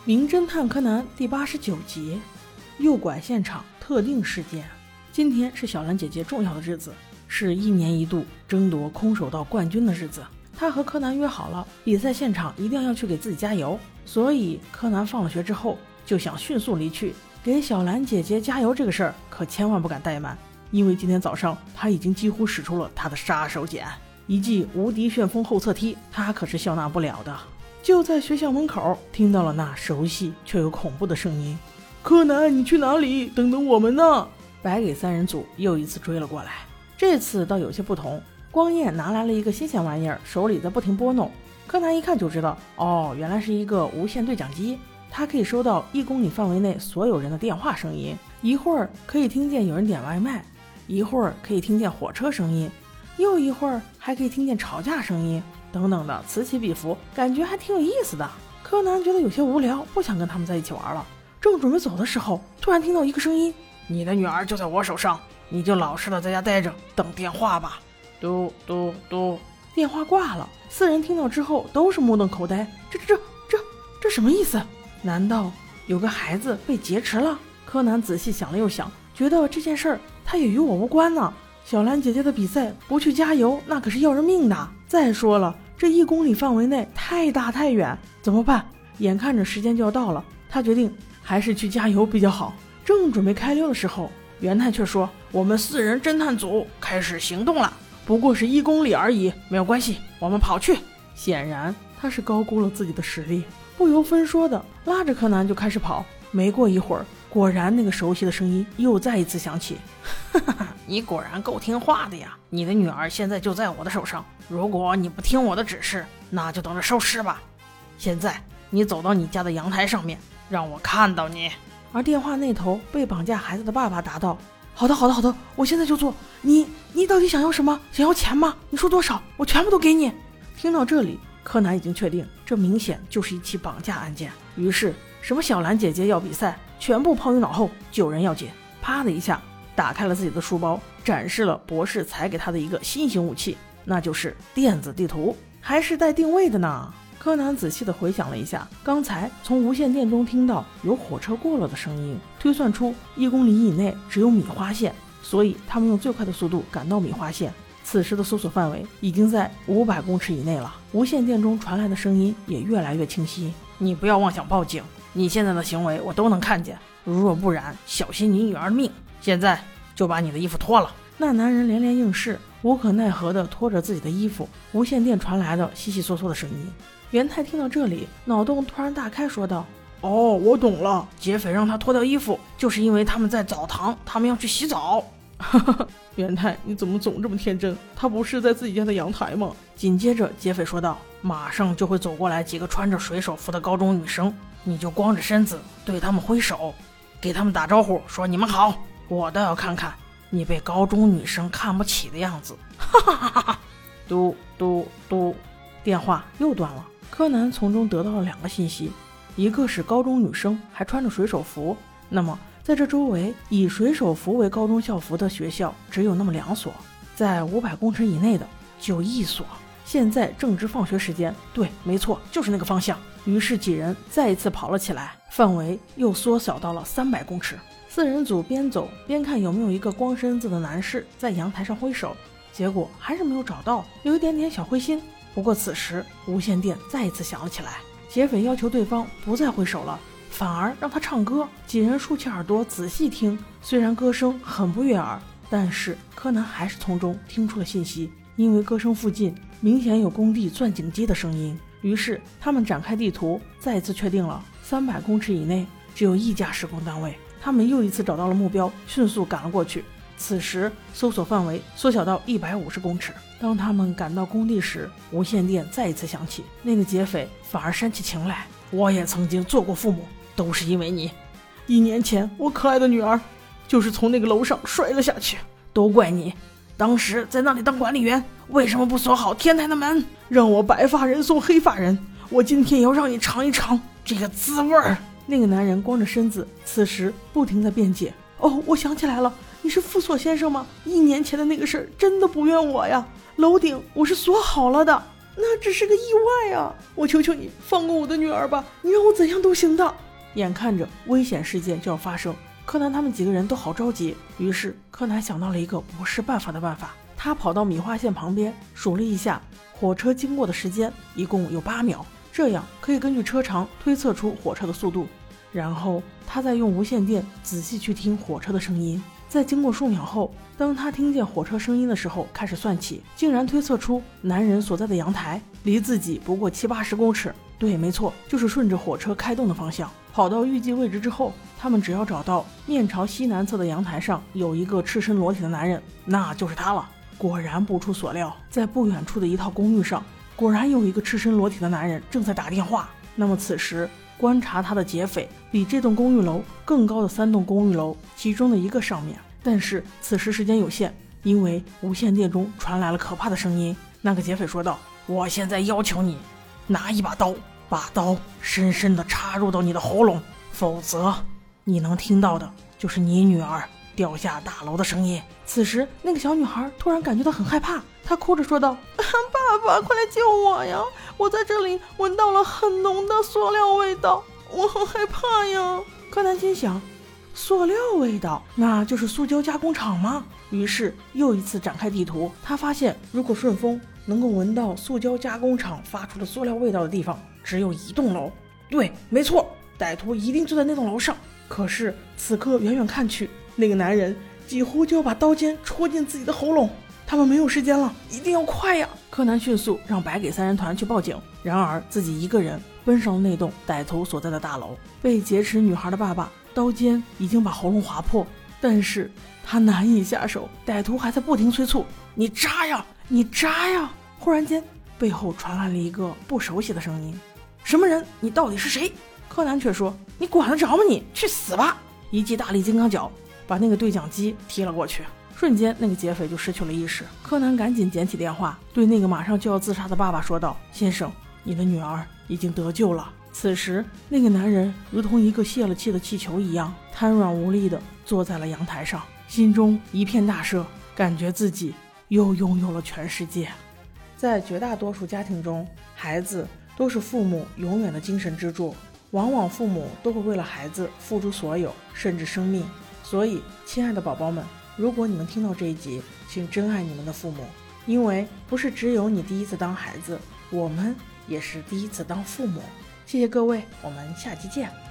名侦探柯南第89集，诱拐现场特定事件。今天是小兰姐姐重要的日子，是1年1度争夺空手道冠军的日子。她和柯南约好了，比赛现场一定要去给自己加油，所以柯南放了学之后就想迅速离去。给小兰姐姐加油这个事儿可千万不敢怠慢，因为今天早上他已经几乎使出了他的杀手锏，一记无敌旋风后侧踢，他可是笑纳不了的。就在学校门口听到了那熟悉却又恐怖的声音：柯南，你去哪里？等等我们呢！白给三人组又一次追了过来，这次倒有些不同。光彦拿来了一个新鲜玩意儿，手里在不停拨弄。柯南一看就知道，原来是一个无线对讲机，它可以收到1公里范围内所有人的电话声音，一会儿可以听见有人点外卖，一会儿可以听见火车声音，又一会儿还可以听见吵架声音等等的，此起彼伏，感觉还挺有意思的。柯南觉得有些无聊，不想跟他们在一起玩了。正准备走的时候，突然听到一个声音：你的女儿就在我手上，你就老实的在家待着，等电话吧。嘟嘟嘟，电话挂了。4人听到之后都是目瞪口呆，这什么意思？难道有个孩子被劫持了？柯南仔细想了又想，觉得这件事儿他也与我无关呢。小兰姐姐的比赛不去加油，那可是要人命的。再说了，这1公里范围内太大太远，怎么办？眼看着时间就要到了，他决定还是去加油比较好。正准备开溜的时候，元太却说：我们4人侦探组开始行动了，不过是1公里而已，没有关系，我们跑去。显然他是高估了自己的实力，不由分说的拉着柯南就开始跑。没过一会儿，果然那个熟悉的声音又再一次响起：你果然够听话的呀，你的女儿现在就在我的手上，如果你不听我的指示，那就等着收尸吧。现在你走到你家的阳台上面，让我看到你。而电话那头被绑架孩子的爸爸答道：好的，我现在就做。你到底想要什么？想要钱吗？你说多少，我全部都给你。听到这里，柯南已经确定这明显就是一起绑架案件，于是什么小兰姐姐要比赛全部抛于脑后，救人要紧。啪的一下打开了自己的书包，展示了博士才给他的一个新型武器，那就是电子地图，还是带定位的呢。柯南仔细地回想了一下，刚才从无线电中听到有火车过了的声音，推算出1公里以内只有米花线，所以他们用最快的速度赶到米花线。此时的搜索范围已经在500公尺以内了，无线电中传来的声音也越来越清晰。你不要妄想报警，你现在的行为我都能看见，如若不然，小心你女儿的命。现在就把你的衣服脱了。那男人连连应是，无可奈何地脱着自己的衣服。无线电传来的悉悉嗦嗦的声音。元太听到这里，脑洞突然大开，说道：我懂了，劫匪让他脱掉衣服，就是因为他们在澡堂，他们要去洗澡。元太，你怎么总这么天真？他不是在自己家的阳台吗？紧接着劫匪说道：马上就会走过来几个穿着水手服的高中女生，你就光着身子对他们挥手，给他们打招呼，说你们好，我倒要看看你被高中女生看不起的样子。嘟嘟嘟，电话又断了。柯南从中得到了2个信息，一个是高中女生还穿着水手服，那么在这周围以水手服为高中校服的学校只有那么2所，在500公尺以内的就1所。现在正值放学时间，对，没错，就是那个方向。于是几人再一次跑了起来，范围又缩小到了300公尺。4人组边走边看有没有一个光身子的男士在阳台上挥手，结果还是没有找到，有一点点小灰心。不过此时无线电再一次响了起来，劫匪要求对方不再挥手了，反而让他唱歌。几人竖起耳朵仔细听，虽然歌声很不悦耳，但是柯南还是从中听出了信息，因为歌声附近明显有工地钻井机的声音。于是他们展开地图，再一次确定了300公尺以内只有1家施工单位。他们又一次找到了目标，迅速赶了过去。此时搜索范围缩小到150公尺。当他们赶到工地时，无线电再一次响起，那个劫匪反而煽起情来：我也曾经做过父母，都是因为你。1年前我可爱的女儿就是从那个楼上摔了下去，都怪你，当时在那里当管理员，为什么不锁好天台的门，让我白发人送黑发人？我今天也要让你尝一尝这个滋味儿。那个男人光着身子，此时不停地辩解：我想起来了，你是富索先生吗？1年前的那个事儿真的不怨我呀，楼顶我是锁好了的。 那只是个意外啊！我求求你放过我的女儿吧，你让我怎样都行的。眼看着危险事件就要发生，柯南他们几个人都好着急。于是柯南想到了一个不是办法的办法，他跑到米花线旁边数了一下火车经过的时间，一共有8秒，这样可以根据车长推测出火车的速度。然后他再用无线电仔细去听火车的声音，在经过数秒后，当他听见火车声音的时候开始算起，竟然推测出男人所在的阳台离自己不过70-80公尺。对，没错，就是顺着火车开动的方向跑到预计位置之后，他们只要找到面朝西南侧的阳台上有一个赤身裸体的男人，那就是他了。果然不出所料，在不远处的一套公寓上，果然有一个赤身裸体的男人正在打电话。那么此时观察他的劫匪比这栋公寓楼更高的3栋公寓楼其中的一个上面，但是此时时间有限，因为无线电中传来了可怕的声音。那个劫匪说道：我现在要求你拿一把刀，把刀深深地插入到你的喉咙，否则你能听到的就是你女儿掉下大楼的声音。此时那个小女孩突然感觉到很害怕，她哭着说道：爸爸，快来救我呀，我在这里闻到了很浓的塑料味道，我很害怕呀。柯南心想，塑料味道，那就是塑胶加工厂吗？于是又一次展开地图，他发现如果顺风能够闻到塑胶加工厂发出的塑料味道的地方只有1栋楼。对，没错，歹徒一定就在那栋楼上。可是此刻远远看去，那个男人几乎就要把刀尖戳进自己的喉咙。他们没有时间了，一定要快呀！柯南迅速让白给3人团去报警，然而自己一个人奔上了那栋歹徒所在的大楼。被劫持女孩的爸爸刀尖已经把喉咙划破，但是他难以下手，歹徒还在不停催促：你扎呀，你扎呀！忽然间背后传来了一个不熟悉的声音：什么人？你到底是谁？柯南却说：你管得着吗？你去死吧！一记大力金刚脚把那个对讲机踢了过去，瞬间那个劫匪就失去了意识。柯南赶紧捡起电话，对那个马上就要自杀的爸爸说道：先生，你的女儿已经得救了。此时那个男人如同一个泄了气的气球一样，瘫软无力地坐在了阳台上，心中一片大赦，感觉自己又拥有了全世界。在绝大多数家庭中，孩子都是父母永远的精神支柱，往往父母都会为了孩子付出所有，甚至生命。所以亲爱的宝宝们，如果你们听到这一集，请珍爱你们的父母，因为不是只有你第一次当孩子，我们也是第一次当父母。谢谢各位，我们下期见。